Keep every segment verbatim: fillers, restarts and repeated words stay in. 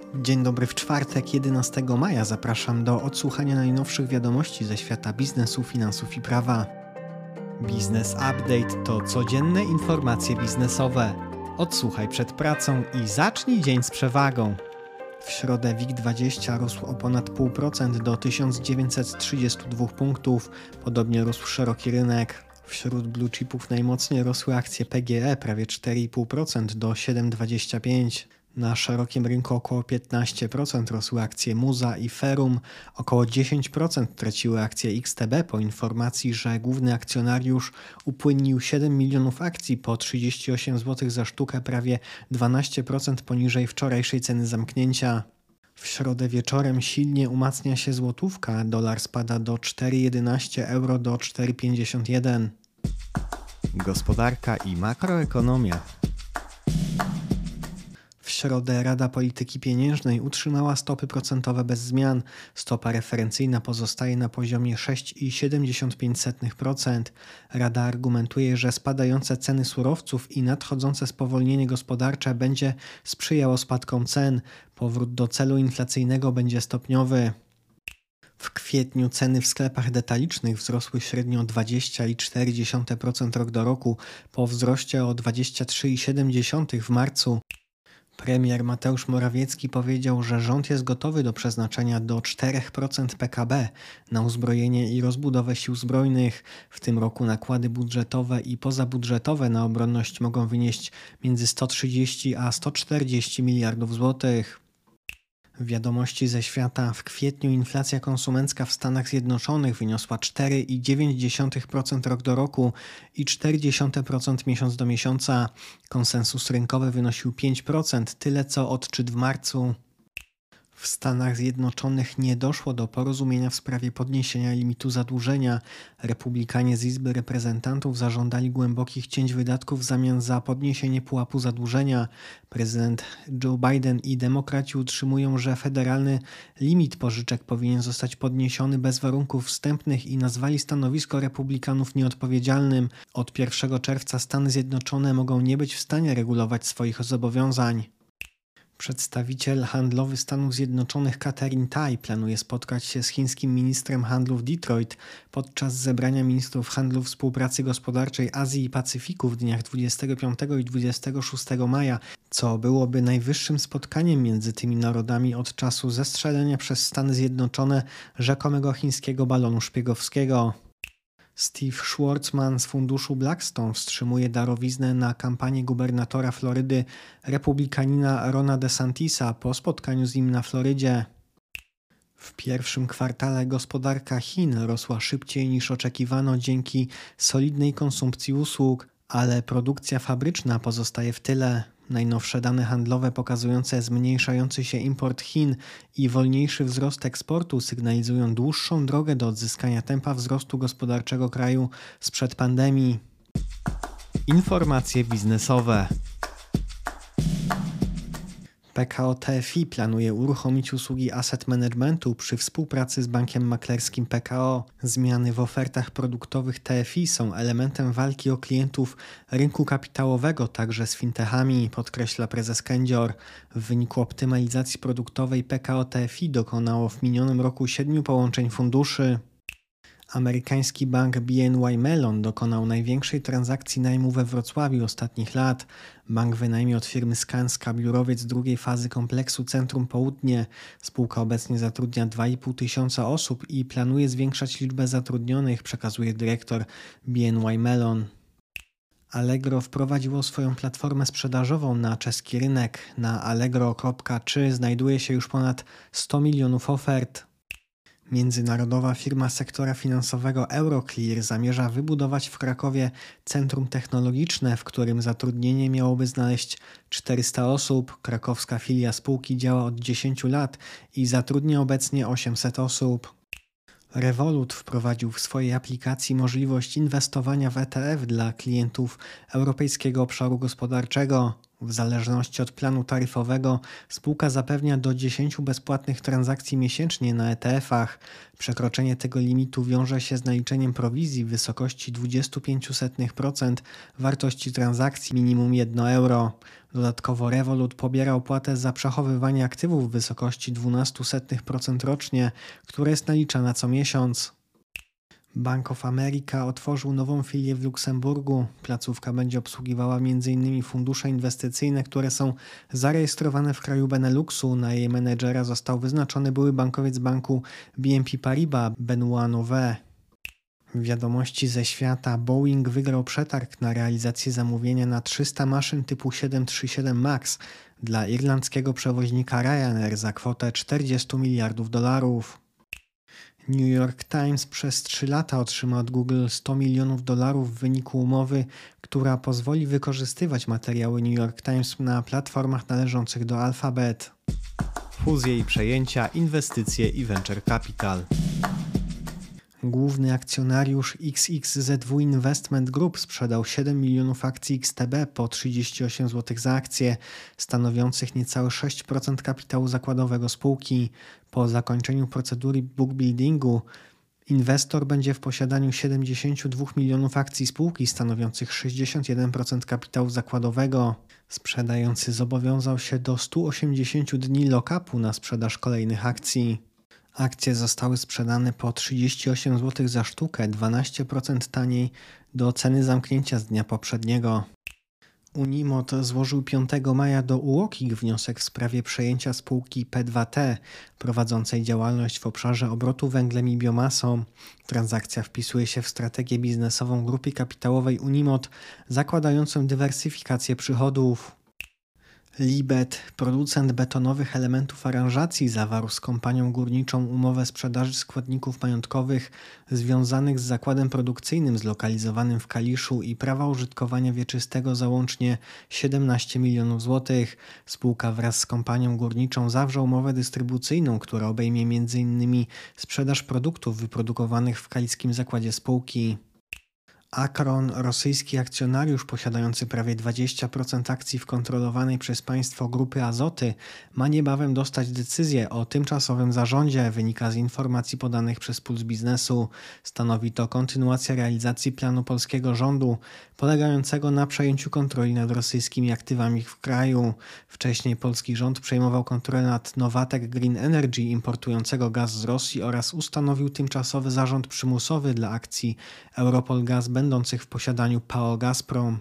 Dzień dobry, w czwartek, jedenastego maja zapraszam do odsłuchania najnowszych wiadomości ze świata biznesu, finansów i prawa. Biznes Update to codzienne informacje biznesowe. Odsłuchaj przed pracą i zacznij dzień z przewagą. W środę WIG dwadzieścia rósł o ponad zero przecinek pięć procent do tysiąc dziewięćset trzydzieści dwa punktów, podobnie rósł szeroki rynek. Wśród blue chipów najmocniej rosły akcje P G E prawie cztery przecinek pięć procent do siedem przecinek dwadzieścia pięć procent. Na szerokim rynku około piętnaście procent rosły akcje Muza i Ferrum, około dziesięć procent traciły akcje X T B po informacji, że główny akcjonariusz upłynnił siedem milionów akcji po trzydzieści osiem złotych za sztukę, prawie dwanaście procent poniżej wczorajszej ceny zamknięcia. W środę wieczorem silnie umacnia się złotówka, dolar spada do cztery przecinek jedenaście, euro do cztery przecinek pięćdziesiąt jeden. Gospodarka i makroekonomia. W środę Rada Polityki Pieniężnej utrzymała stopy procentowe bez zmian. Stopa referencyjna pozostaje na poziomie sześć przecinek siedemdziesiąt pięć procent. Rada argumentuje, że spadające ceny surowców i nadchodzące spowolnienie gospodarcze będzie sprzyjało spadkom cen. Powrót do celu inflacyjnego będzie stopniowy. W kwietniu ceny w sklepach detalicznych wzrosły średnio dwadzieścia przecinek cztery procent rok do roku, po wzroście o dwadzieścia trzy przecinek siedem procent w marcu. Premier Mateusz Morawiecki powiedział, że rząd jest gotowy do przeznaczenia do cztery procent P K B na uzbrojenie i rozbudowę sił zbrojnych. W tym roku nakłady budżetowe i pozabudżetowe na obronność mogą wynieść między sto trzydzieści a sto czterdzieści miliardów złotych. Wiadomości ze świata. W kwietniu inflacja konsumencka w Stanach Zjednoczonych wyniosła cztery przecinek dziewięć procent rok do roku i cztery przecinek cztery procent miesiąc do miesiąca. Konsensus rynkowy wynosił pięć procent, tyle co odczyt w marcu. W Stanach Zjednoczonych nie doszło do porozumienia w sprawie podniesienia limitu zadłużenia. Republikanie z Izby Reprezentantów zażądali głębokich cięć wydatków w zamian za podniesienie pułapu zadłużenia. Prezydent Joe Biden i demokraci utrzymują, że federalny limit pożyczek powinien zostać podniesiony bez warunków wstępnych i nazwali stanowisko republikanów nieodpowiedzialnym. Od pierwszego czerwca Stany Zjednoczone mogą nie być w stanie regulować swoich zobowiązań. Przedstawiciel handlowy Stanów Zjednoczonych Katherine Tai planuje spotkać się z chińskim ministrem handlu w Detroit podczas zebrania ministrów handlu współpracy gospodarczej Azji i Pacyfiku w dniach dwudziestego piątego i dwudziestego szóstego maja, co byłoby najwyższym spotkaniem między tymi narodami od czasu zestrzelenia przez Stany Zjednoczone rzekomego chińskiego balonu szpiegowskiego. Steve Schwarzman z funduszu Blackstone wstrzymuje darowiznę na kampanię gubernatora Florydy republikanina Rona DeSantisa po spotkaniu z nim na Florydzie. W pierwszym kwartale gospodarka Chin rosła szybciej niż oczekiwano dzięki solidnej konsumpcji usług, ale produkcja fabryczna pozostaje w tyle. Najnowsze dane handlowe pokazujące zmniejszający się import Chin i wolniejszy wzrost eksportu sygnalizują dłuższą drogę do odzyskania tempa wzrostu gospodarczego kraju sprzed pandemii. Informacje biznesowe. P K O T F I planuje uruchomić usługi asset managementu przy współpracy z bankiem maklerskim P K O. Zmiany w ofertach produktowych T F I są elementem walki o klientów rynku kapitałowego, także z fintechami, podkreśla prezes Kędzior. W wyniku optymalizacji produktowej P K O T F I dokonało w minionym roku siedmiu połączeń funduszy. Amerykański bank B N Y Mellon dokonał największej transakcji najmu we Wrocławiu ostatnich lat. Bank wynajmie od firmy Skanska biurowiec drugiej fazy kompleksu Centrum Południe. Spółka obecnie zatrudnia dwa i pół tysiąca osób i planuje zwiększać liczbę zatrudnionych, przekazuje dyrektor B N Y Mellon. Allegro wprowadziło swoją platformę sprzedażową na czeski rynek. Na allegro kropka czy znajduje się już ponad sto milionów ofert. Międzynarodowa firma sektora finansowego Euroclear zamierza wybudować w Krakowie centrum technologiczne, w którym zatrudnienie miałoby znaleźć czterysta osób. Krakowska filia spółki działa od dziesięciu lat i zatrudnia obecnie osiemset osób. Revolut wprowadził w swojej aplikacji możliwość inwestowania w E T F dla klientów Europejskiego Obszaru Gospodarczego. W zależności od planu taryfowego spółka zapewnia do dziesięciu bezpłatnych transakcji miesięcznie na E T F-ach. Przekroczenie tego limitu wiąże się z naliczeniem prowizji w wysokości dwadzieścia pięć procent wartości transakcji minimum jeden euro. Dodatkowo Revolut pobiera opłatę za przechowywanie aktywów w wysokości dwanaście procent rocznie, która jest naliczana co miesiąc. Bank of America otworzył nową filię w Luksemburgu. Placówka będzie obsługiwała między innymi fundusze inwestycyjne, które są zarejestrowane w kraju Beneluxu. Na jej menedżera został wyznaczony były bankowiec banku B N P Paribas Benoît Novet. Wiadomości ze świata. Boeing wygrał przetarg na realizację zamówienia na trzysta maszyn typu siedem trzy siedem MAX dla irlandzkiego przewoźnika Ryanair za kwotę czterdzieści miliardów dolarów. New York Times przez trzy lata otrzyma od Google sto milionów dolarów w wyniku umowy, która pozwoli wykorzystywać materiały New York Times na platformach należących do Alphabet. Fuzje i przejęcia, inwestycje i venture capital. Główny akcjonariusz X X Z W Investment Group sprzedał siedem milionów akcji X T B po trzydzieści osiem złotych za akcję, stanowiących niecałe sześć procent kapitału zakładowego spółki. Po zakończeniu procedury bookbuildingu inwestor będzie w posiadaniu siedemdziesiąt dwa milionów akcji spółki, stanowiących sześćdziesiąt jeden procent kapitału zakładowego. Sprzedający zobowiązał się do stu osiemdziesięciu dni lock-upu na sprzedaż kolejnych akcji. Akcje zostały sprzedane po trzydzieści osiem złotych za sztukę, dwanaście procent taniej do ceny zamknięcia z dnia poprzedniego. Unimot złożył piątego maja do U O K I K wniosek w sprawie przejęcia spółki P dwa T, prowadzącej działalność w obszarze obrotu węglem i biomasą. Transakcja wpisuje się w strategię biznesową grupy kapitałowej Unimot, zakładającą dywersyfikację przychodów. Libet, producent betonowych elementów aranżacji, zawarł z kompanią górniczą umowę sprzedaży składników majątkowych związanych z zakładem produkcyjnym zlokalizowanym w Kaliszu i prawa użytkowania wieczystego za łącznie siedemnaście milionów złotych. Spółka wraz z kompanią górniczą zawrze umowę dystrybucyjną, która obejmie między innymi sprzedaż produktów wyprodukowanych w kaliskim zakładzie spółki. Akron, rosyjski akcjonariusz posiadający prawie dwadzieścia procent akcji w kontrolowanej przez państwo grupy Azoty, ma niebawem dostać decyzję o tymczasowym zarządzie, wynika z informacji podanych przez Puls Biznesu. Stanowi to kontynuację realizacji planu polskiego rządu, polegającego na przejęciu kontroli nad rosyjskimi aktywami w kraju. Wcześniej polski rząd przejmował kontrolę nad Novatek Green Energy, importującego gaz z Rosji, oraz ustanowił tymczasowy zarząd przymusowy dla akcji Europol Gaz będących w posiadaniu P A O Gazprom.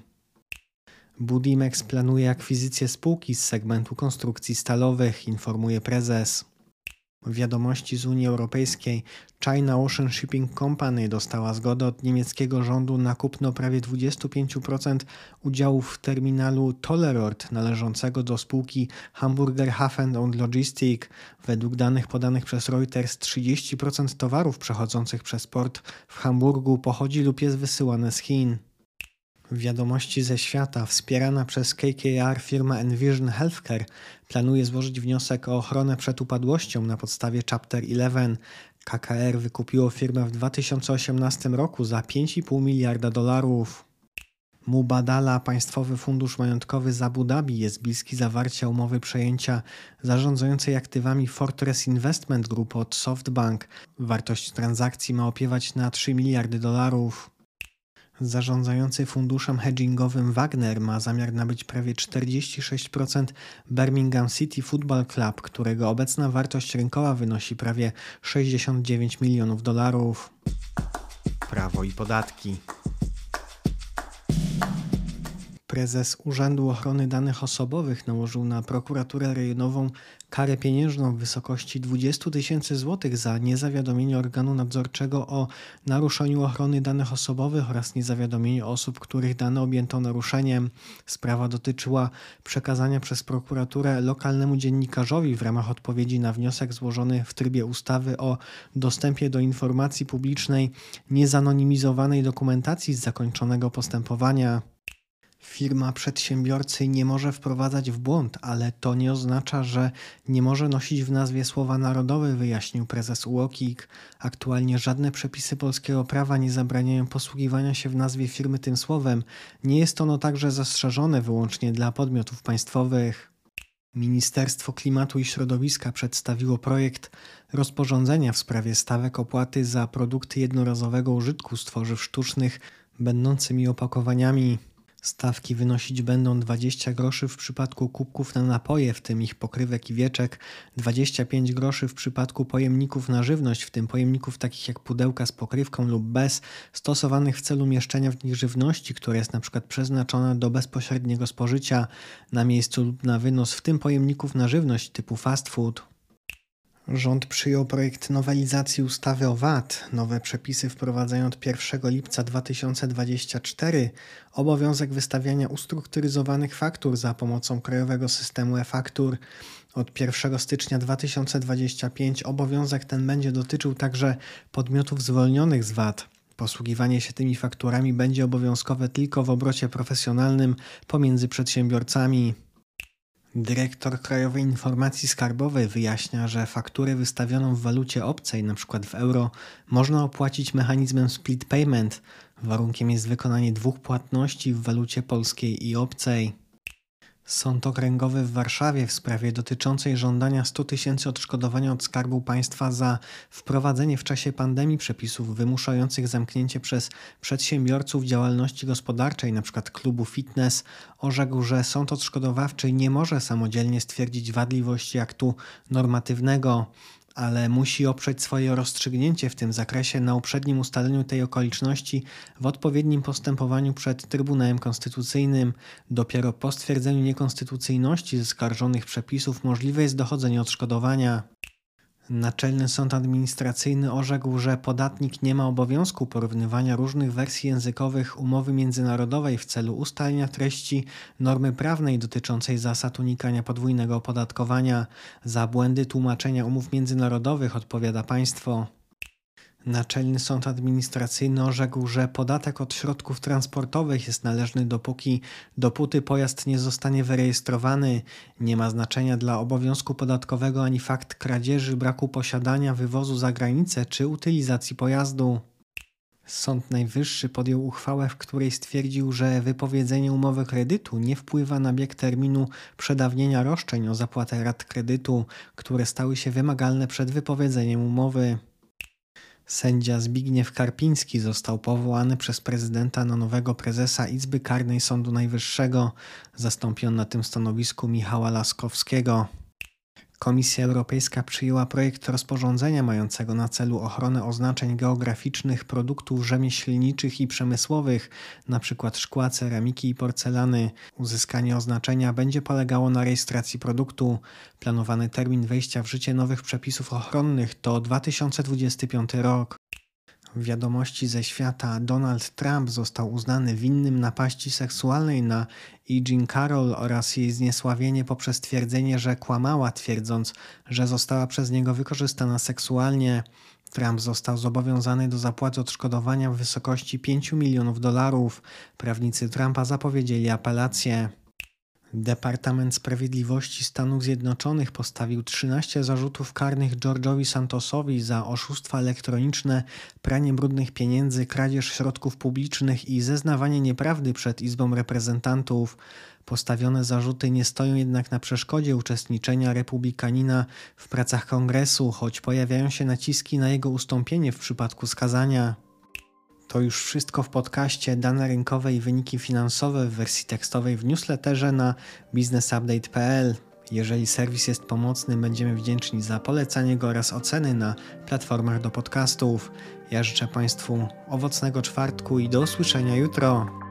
Budimex planuje akwizycję spółki z segmentu konstrukcji stalowych, informuje prezes. Wiadomości z Unii Europejskiej. China Ocean Shipping Company dostała zgodę od niemieckiego rządu na kupno prawie dwadzieścia pięć procent udziałów w terminalu Tollerort należącego do spółki Hamburger Hafen und Logistik. Według danych podanych przez Reuters trzydzieści procent towarów przechodzących przez port w Hamburgu pochodzi lub jest wysyłane z Chin. Wiadomości ze świata. Wspierana przez K K R firma Envision Healthcare planuje złożyć wniosek o ochronę przed upadłością na podstawie Chapter jedenaście. K K R wykupiło firmę w dwa tysiące osiemnastym roku za pięć i pół miliarda dolarów. Mubadala, państwowy fundusz majątkowy z Abu Dhabi, jest bliski zawarcia umowy przejęcia zarządzającej aktywami Fortress Investment Group od SoftBank. Wartość transakcji ma opiewać na trzy miliardy dolarów. Zarządzający funduszem hedgingowym Wagner ma zamiar nabyć prawie czterdzieści sześć procent Birmingham City Football Club, którego obecna wartość rynkowa wynosi prawie sześćdziesiąt dziewięć milionów dolarów. Prawo i podatki. Prezes Urzędu Ochrony Danych Osobowych nałożył na prokuraturę rejonową karę pieniężną w wysokości dwadzieścia tysięcy złotych za niezawiadomienie organu nadzorczego o naruszeniu ochrony danych osobowych oraz niezawiadomienie osób, których dane objęto naruszeniem. Sprawa dotyczyła przekazania przez prokuraturę lokalnemu dziennikarzowi w ramach odpowiedzi na wniosek złożony w trybie ustawy o dostępie do informacji publicznej niezanonimizowanej dokumentacji z zakończonego postępowania. Firma przedsiębiorcy nie może wprowadzać w błąd, ale to nie oznacza, że nie może nosić w nazwie słowa narodowy, wyjaśnił prezes U O K I K. Aktualnie żadne przepisy polskiego prawa nie zabraniają posługiwania się w nazwie firmy tym słowem. Nie jest ono także zastrzeżone wyłącznie dla podmiotów państwowych. Ministerstwo Klimatu i Środowiska przedstawiło projekt rozporządzenia w sprawie stawek opłaty za produkty jednorazowego użytku z tworzyw sztucznych będącymi opakowaniami. Stawki wynosić będą dwadzieścia groszy w przypadku kubków na napoje, w tym ich pokrywek i wieczek, dwadzieścia pięć groszy w przypadku pojemników na żywność, w tym pojemników takich jak pudełka z pokrywką lub bez, stosowanych w celu mieszczenia w nich żywności, która jest np. przeznaczona do bezpośredniego spożycia na miejscu lub na wynos, w tym pojemników na żywność typu fast food. Rząd przyjął projekt nowelizacji ustawy o V A T. Nowe przepisy wprowadzają od pierwszego lipca dwa tysiące dwudziestego czwartego obowiązek wystawiania ustrukturyzowanych faktur za pomocą krajowego systemu e-faktur. Od pierwszego stycznia dwa tysiące dwudziestego piątego obowiązek ten będzie dotyczył także podmiotów zwolnionych z V A T. Posługiwanie się tymi fakturami będzie obowiązkowe tylko w obrocie profesjonalnym pomiędzy przedsiębiorcami. Dyrektor Krajowej Informacji Skarbowej wyjaśnia, że fakturę wystawioną w walucie obcej, np. w euro, można opłacić mechanizmem split payment. Warunkiem jest wykonanie dwóch płatności w walucie polskiej i obcej. Sąd Okręgowy w Warszawie w sprawie dotyczącej żądania stu tysięcy odszkodowania od Skarbu Państwa za wprowadzenie w czasie pandemii przepisów wymuszających zamknięcie przez przedsiębiorców działalności gospodarczej, np. klubu fitness, orzekł, że sąd odszkodowawczy nie może samodzielnie stwierdzić wadliwości aktu normatywnego, ale musi oprzeć swoje rozstrzygnięcie w tym zakresie na uprzednim ustaleniu tej okoliczności w odpowiednim postępowaniu przed Trybunałem Konstytucyjnym. Dopiero po stwierdzeniu niekonstytucyjności zaskarżonych przepisów możliwe jest dochodzenie odszkodowania. Naczelny Sąd Administracyjny orzekł, że podatnik nie ma obowiązku porównywania różnych wersji językowych umowy międzynarodowej w celu ustalenia treści normy prawnej dotyczącej zasad unikania podwójnego opodatkowania. Za błędy tłumaczenia umów międzynarodowych odpowiada państwo. Naczelny Sąd Administracyjny orzekł, że podatek od środków transportowych jest należny dopóki, dopóty pojazd nie zostanie wyrejestrowany. Nie ma znaczenia dla obowiązku podatkowego ani fakt kradzieży, braku posiadania, wywozu za granicę czy utylizacji pojazdu. Sąd Najwyższy podjął uchwałę, w której stwierdził, że wypowiedzenie umowy kredytu nie wpływa na bieg terminu przedawnienia roszczeń o zapłatę rat kredytu, które stały się wymagalne przed wypowiedzeniem umowy. Sędzia Zbigniew Karpiński został powołany przez prezydenta na nowego prezesa Izby Karnej Sądu Najwyższego. Zastąpi on na tym stanowisku Michała Laskowskiego. Komisja Europejska przyjęła projekt rozporządzenia mającego na celu ochronę oznaczeń geograficznych produktów rzemieślniczych i przemysłowych, np. szkła, ceramiki i porcelany. Uzyskanie oznaczenia będzie polegało na rejestracji produktu. Planowany termin wejścia w życie nowych przepisów ochronnych to dwa tysiące dwudziesty piąty rok. Wiadomości ze świata. Donald Trump został uznany winnym napaści seksualnej na E. Jean Carroll oraz jej zniesławienie poprzez twierdzenie, że kłamała, twierdząc, że została przez niego wykorzystana seksualnie. Trump został zobowiązany do zapłaty odszkodowania w wysokości pięciu milionów dolarów. Prawnicy Trumpa zapowiedzieli apelację. Departament Sprawiedliwości Stanów Zjednoczonych postawił trzynaście zarzutów karnych George'owi Santosowi za oszustwa elektroniczne, pranie brudnych pieniędzy, kradzież środków publicznych i zeznawanie nieprawdy przed Izbą Reprezentantów. Postawione zarzuty nie stoją jednak na przeszkodzie uczestniczenia republikanina w pracach Kongresu, choć pojawiają się naciski na jego ustąpienie w przypadku skazania. To już wszystko w podcaście. Dane rynkowe i wyniki finansowe w wersji tekstowej w newsletterze na biznesupdate kropka p l. Jeżeli serwis jest pomocny, będziemy wdzięczni za polecanie go oraz oceny na platformach do podcastów. Ja życzę Państwu owocnego czwartku i do usłyszenia jutro.